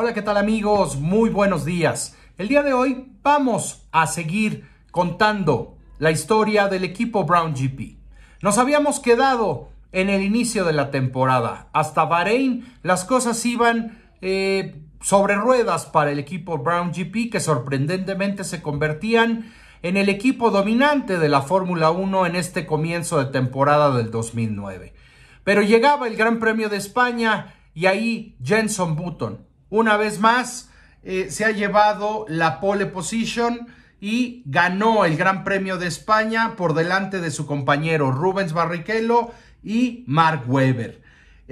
Hola, ¿qué tal amigos? Muy buenos días. El día de hoy vamos a seguir contando la historia del equipo Brown GP. Nos habíamos quedado en el inicio de la temporada. Hasta Bahrein las cosas iban sobre ruedas para el equipo Brown GP, que sorprendentemente se convertían en el equipo dominante de la Fórmula 1 en este comienzo de temporada del 2009. Pero llegaba el Gran Premio de España y ahí Jenson Button una vez más se ha llevado la pole position y ganó el Gran Premio de España por delante de su compañero Rubens Barrichello y Mark Webber.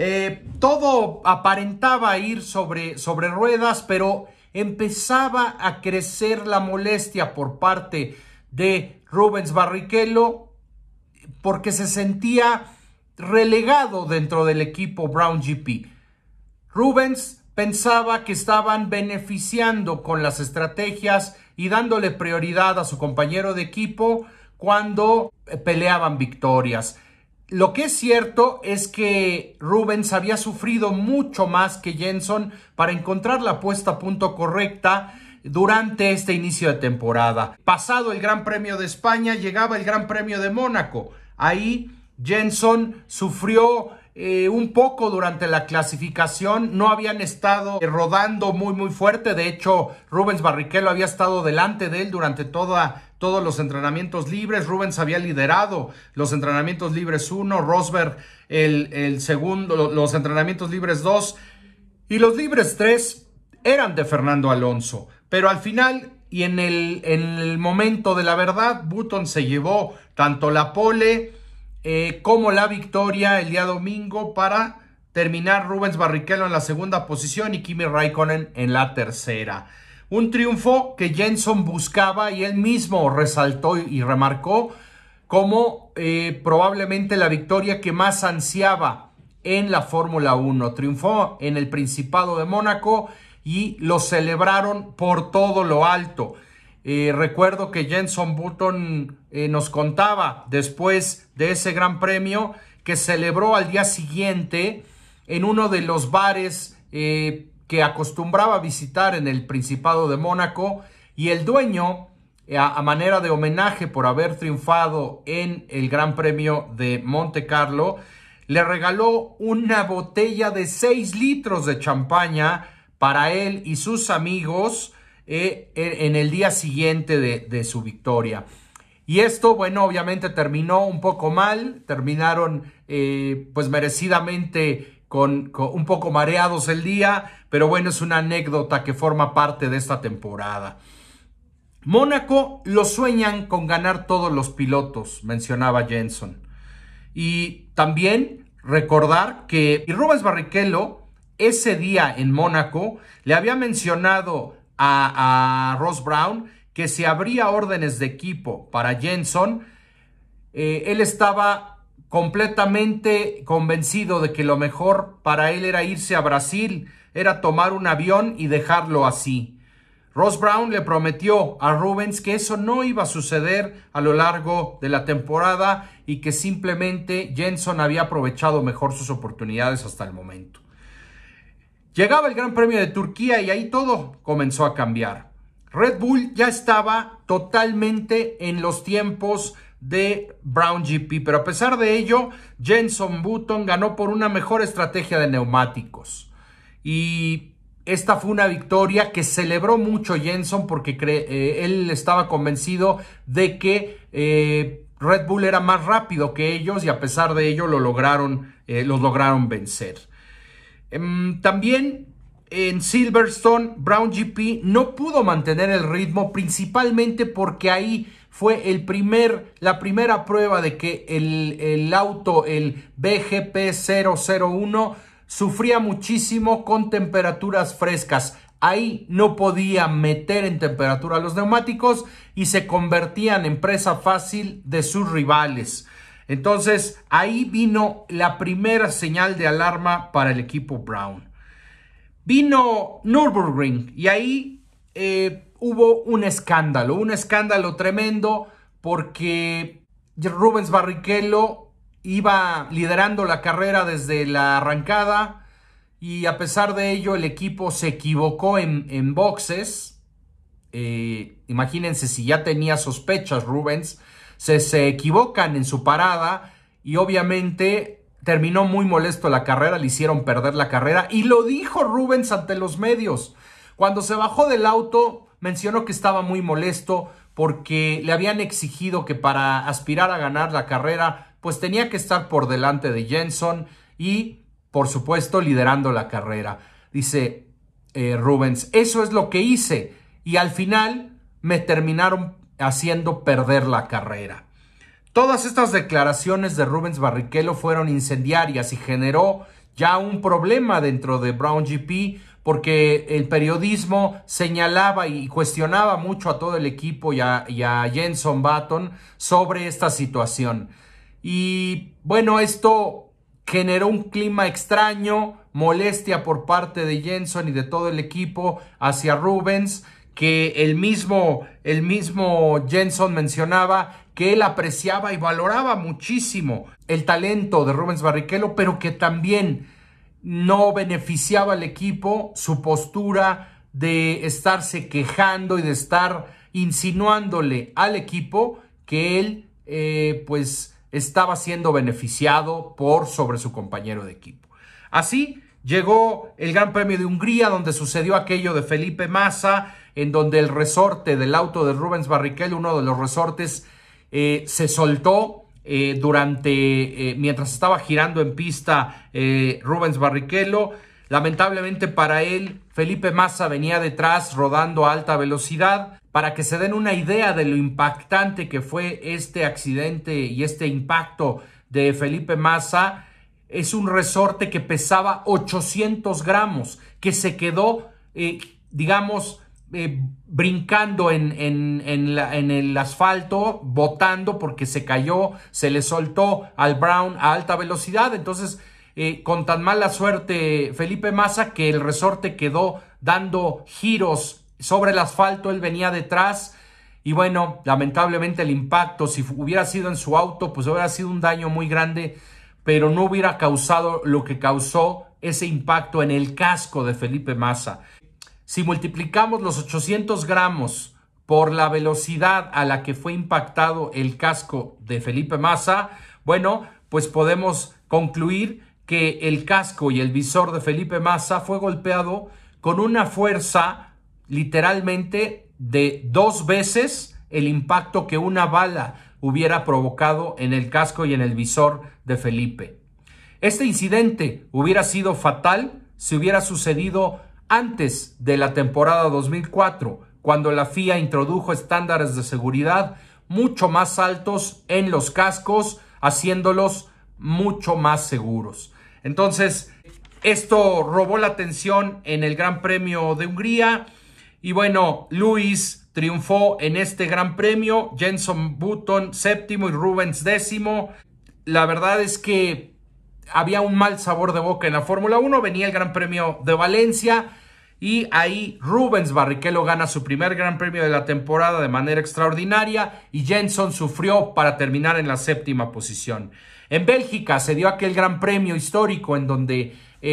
Todo aparentaba ir sobre ruedas, pero empezaba a crecer la molestia por parte de Rubens Barrichello porque se sentía relegado dentro del equipo Brown GP. Rubens pensaba que estaban beneficiando con las estrategias y dándole prioridad a su compañero de equipo cuando peleaban victorias. Lo que es cierto es que Rubens había sufrido mucho más que Jenson para encontrar la puesta a punto correcta durante este inicio de temporada. Pasado el Gran Premio de España, llegaba el Gran Premio de Mónaco. Ahí Jenson sufrió un poco durante la clasificación, no habían estado rodando muy fuerte. De hecho, Rubens Barrichello había estado delante de él durante todos los entrenamientos libres. Rubens había liderado los entrenamientos libres 1, Rosberg el segundo, los entrenamientos libres 2 y los libres 3 eran de Fernando Alonso. Pero al final y en el momento de la verdad, Button se llevó tanto la pole como la victoria el día domingo para terminar Rubens Barrichello en la segunda posición y Kimi Raikkonen en la tercera. Un triunfo que Jenson buscaba y él mismo resaltó y remarcó como probablemente la victoria que más ansiaba en la Fórmula 1. Triunfó en el Principado de Mónaco y lo celebraron por todo lo alto. Recuerdo que Jenson Button nos contaba después de ese gran premio que celebró al día siguiente en uno de los bares que acostumbraba visitar en el Principado de Mónaco, y el dueño, a manera de homenaje por haber triunfado en el Gran Premio de Monte Carlo, le regaló una botella de 6 litros de champaña para él y sus amigos en el día siguiente de su victoria. Y esto, bueno, obviamente terminó un poco mal. Terminaron pues merecidamente con un poco mareados el día, pero bueno, es una anécdota que forma parte de esta temporada. Mónaco lo sueñan con ganar todos los pilotos, mencionaba Jenson. Y también recordar que Rubens Barrichello ese día en Mónaco le había mencionado a Ross Brown que si habría órdenes de equipo para Jenson, él estaba completamente convencido de que lo mejor para él era irse a Brasil, era tomar un avión y dejarlo así. Ross Brown le prometió a Rubens que eso no iba a suceder a lo largo de la temporada y que simplemente Jenson había aprovechado mejor sus oportunidades hasta el momento. Llegaba el Gran Premio de Turquía y ahí todo comenzó a cambiar. Red Bull ya estaba totalmente en los tiempos de Brown GP, pero a pesar de ello, Jenson Button ganó por una mejor estrategia de neumáticos. Y esta fue una victoria que celebró mucho Jenson porque él estaba convencido de que Red Bull era más rápido que ellos y a pesar de ello los lograron vencer. También en Silverstone, Brown GP no pudo mantener el ritmo, principalmente porque ahí fue la primera prueba de que el auto, el BGP 001, sufría muchísimo con temperaturas frescas. Ahí no podía meter en temperatura los neumáticos y se convertían en presa fácil de sus rivales. Entonces, ahí vino la primera señal de alarma para el equipo Brown. Vino Nürburgring y ahí hubo un escándalo tremendo porque Rubens Barrichello iba liderando la carrera desde la arrancada y a pesar de ello el equipo se equivocó en boxes. Imagínense, si ya tenía sospechas Rubens, se equivocan en su parada y obviamente terminó muy molesto la carrera, le hicieron perder la carrera y lo dijo Rubens ante los medios. Cuando se bajó del auto mencionó que estaba muy molesto porque le habían exigido que para aspirar a ganar la carrera pues tenía que estar por delante de Jenson y por supuesto liderando la carrera. Dice Rubens, eso es lo que hice y al final me terminaron haciendo perder la carrera. Todas estas declaraciones de Rubens Barrichello fueron incendiarias y generó ya un problema dentro de Brown GP porque el periodismo señalaba y cuestionaba mucho a todo el equipo y a Jenson Button sobre esta situación. Y bueno, esto generó un clima extraño, molestia por parte de Jenson y de todo el equipo hacia Rubens, que el mismo Jenson mencionaba que él apreciaba y valoraba muchísimo el talento de Rubens Barrichello, pero que también no beneficiaba al equipo su postura de estarse quejando y de estar insinuándole al equipo que él pues estaba siendo beneficiado sobre su compañero de equipo. Así llegó el Gran Premio de Hungría, donde sucedió aquello de Felipe Massa, en donde el resorte del auto de Rubens Barrichello, uno de los resortes, se soltó mientras estaba girando en pista Rubens Barrichello. Lamentablemente para él, Felipe Massa venía detrás rodando a alta velocidad. Para que se den una idea de lo impactante que fue este accidente y este impacto de Felipe Massa, es un resorte que pesaba 800 gramos, que se quedó, brincando en el asfalto, botando porque se cayó, se le soltó al Brown a alta velocidad. Entonces, con tan mala suerte Felipe Massa, que el resorte quedó dando giros sobre el asfalto, él venía detrás y bueno, lamentablemente el impacto, si hubiera sido en su auto, pues hubiera sido un daño muy grande, pero no hubiera causado lo que causó ese impacto en el casco de Felipe Massa. Si multiplicamos los 800 gramos por la velocidad a la que fue impactado el casco de Felipe Massa, bueno, pues podemos concluir que el casco y el visor de Felipe Massa fue golpeado con una fuerza literalmente de 2 veces el impacto que una bala hubiera provocado en el casco y en el visor de Felipe. Este incidente hubiera sido fatal si hubiera sucedido antes de la temporada 2004, cuando la FIA introdujo estándares de seguridad mucho más altos en los cascos, haciéndolos mucho más seguros. Entonces, esto robó la atención en el Gran Premio de Hungría. Y bueno, Lewis triunfó en este Gran Premio, Jenson Button séptimo y Rubens décimo. La verdad es que había un mal sabor de boca en la Fórmula 1. Venía el Gran Premio de Valencia y ahí Rubens Barrichello gana su primer Gran Premio de la temporada de manera extraordinaria y Jenson sufrió para terminar en la 7ª posición. En Bélgica se dio aquel Gran Premio histórico en donde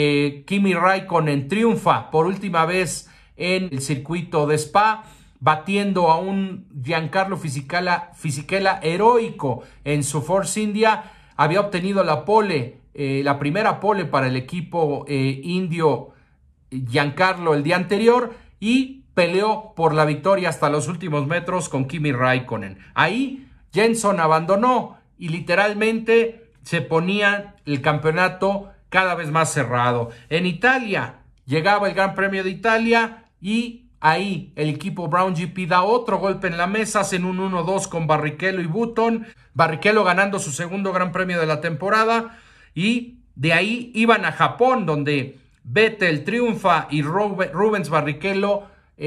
Kimi Raikkonen triunfa por última vez en el circuito de Spa, batiendo a un Giancarlo Fisichella heroico en su Force India. Había obtenido la primera pole para el equipo indio Giancarlo el día anterior y peleó por la victoria hasta los últimos metros con Kimi Raikkonen. Ahí Jenson abandonó y literalmente se ponía el campeonato cada vez más cerrado. En Italia llegaba el Gran Premio de Italia y ahí el equipo Brown GP da otro golpe en la mesa, hacen un 1-2 con Barrichello y Button. Barrichello ganando su segundo Gran Premio de la temporada y de ahí iban a Japón, donde Vettel triunfa y Rubens Barrichello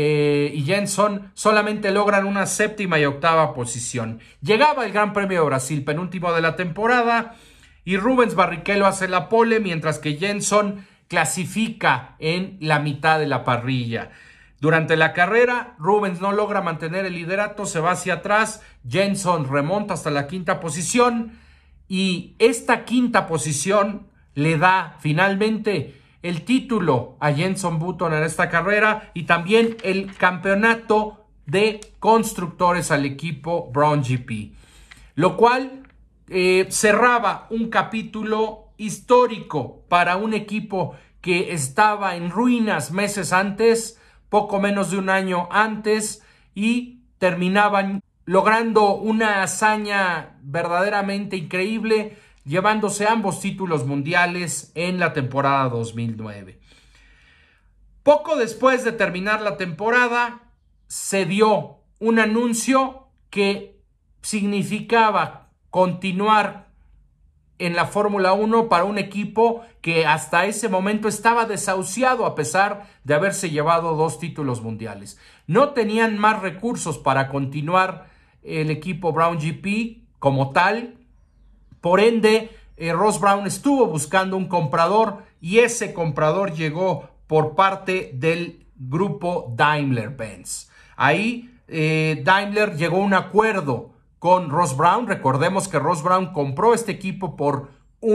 y Jenson solamente logran una 7ª y 8ª posición. Llegaba el Gran Premio de Brasil, penúltimo de la temporada, y Rubens Barrichello hace la pole, mientras que Jenson clasifica en la mitad de la parrilla. Durante la carrera, Rubens no logra mantener el liderato, se va hacia atrás, Jenson remonta hasta la 5ª posición y esta 5ª posición le da finalmente el título a Jenson Button en esta carrera y también el campeonato de constructores al equipo Brown GP, lo cual cerraba un capítulo histórico para un equipo que estaba en ruinas meses antes, poco menos de un año antes, y terminaban logrando una hazaña verdaderamente increíble, llevándose ambos títulos mundiales en la temporada 2009. Poco después de terminar la temporada, se dio un anuncio que significaba continuar en la Fórmula 1 para un equipo que hasta ese momento estaba desahuciado a pesar de haberse llevado 2 títulos mundiales. No tenían más recursos para continuar el equipo Brown GP como tal. Por ende, Ross Brawn estuvo buscando un comprador y ese comprador llegó por parte del grupo Daimler-Benz. Ahí Daimler llegó a un acuerdo con Ross Brawn. Recordemos que Ross Brawn compró este equipo por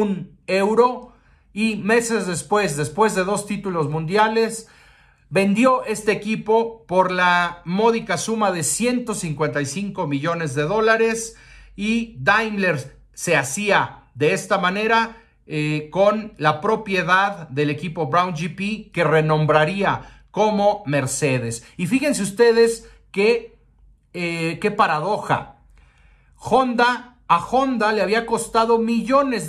€1 y meses después de 2 títulos mundiales, vendió este equipo por la módica suma de $155 millones y Daimler se hacía de esta manera con la propiedad del equipo Brown GP, que renombraría como Mercedes. Y fíjense ustedes qué paradoja. A Honda le había costado $millones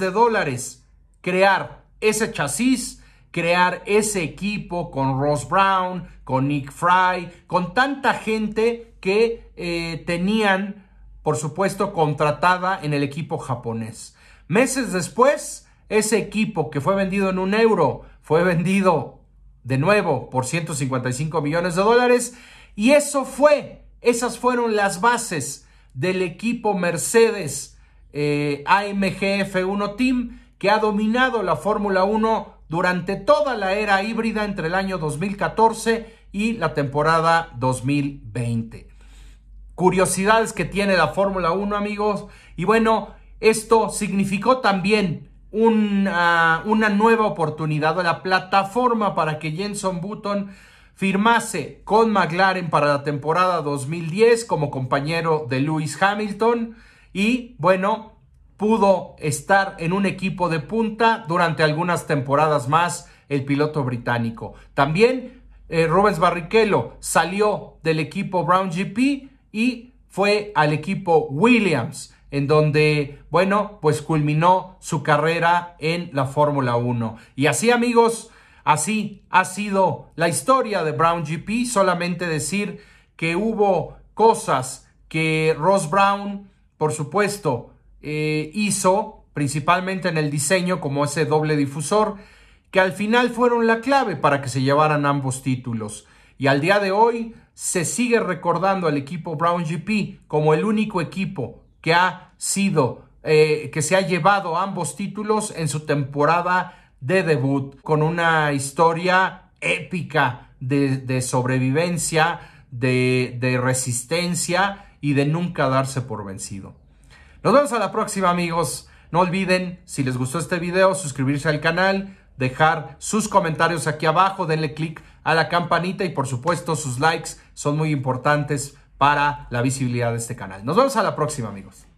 crear ese chasis, crear ese equipo con Ross Brawn, con Nick Fry, con tanta gente que tenían, por supuesto, contratada en el equipo japonés. Meses después, ese equipo que fue vendido en €1 fue vendido de nuevo por $155 millones y esas fueron las bases del equipo Mercedes AMG F1 Team, que ha dominado la Fórmula 1 durante toda la era híbrida entre el año 2014 y la temporada 2020. Curiosidades que tiene la Fórmula 1, amigos. Y bueno, esto significó también una nueva oportunidad, la plataforma para que Jenson Button firmase con McLaren para la temporada 2010 como compañero de Lewis Hamilton y bueno, pudo estar en un equipo de punta durante algunas temporadas más el piloto británico. También Rubens Barrichello salió del equipo Brown GP y fue al equipo Williams, en donde, bueno, pues culminó su carrera en la Fórmula 1. Y así, amigos, así ha sido la historia de Brown GP. Solamente decir que hubo cosas que Ross Brawn, por supuesto, hizo, principalmente en el diseño, como ese doble difusor, que al final fueron la clave para que se llevaran ambos títulos. Y al día de hoy se sigue recordando al equipo Brown GP como el único equipo que que se ha llevado ambos títulos en su temporada de debut, con una historia épica de sobrevivencia, de resistencia y de nunca darse por vencido. Nos vemos a la próxima, amigos. No olviden, si les gustó este video, suscribirse al canal, dejar sus comentarios aquí abajo, denle click a la campanita y por supuesto sus likes son muy importantes para la visibilidad de este canal. Nos vemos a la próxima, amigos.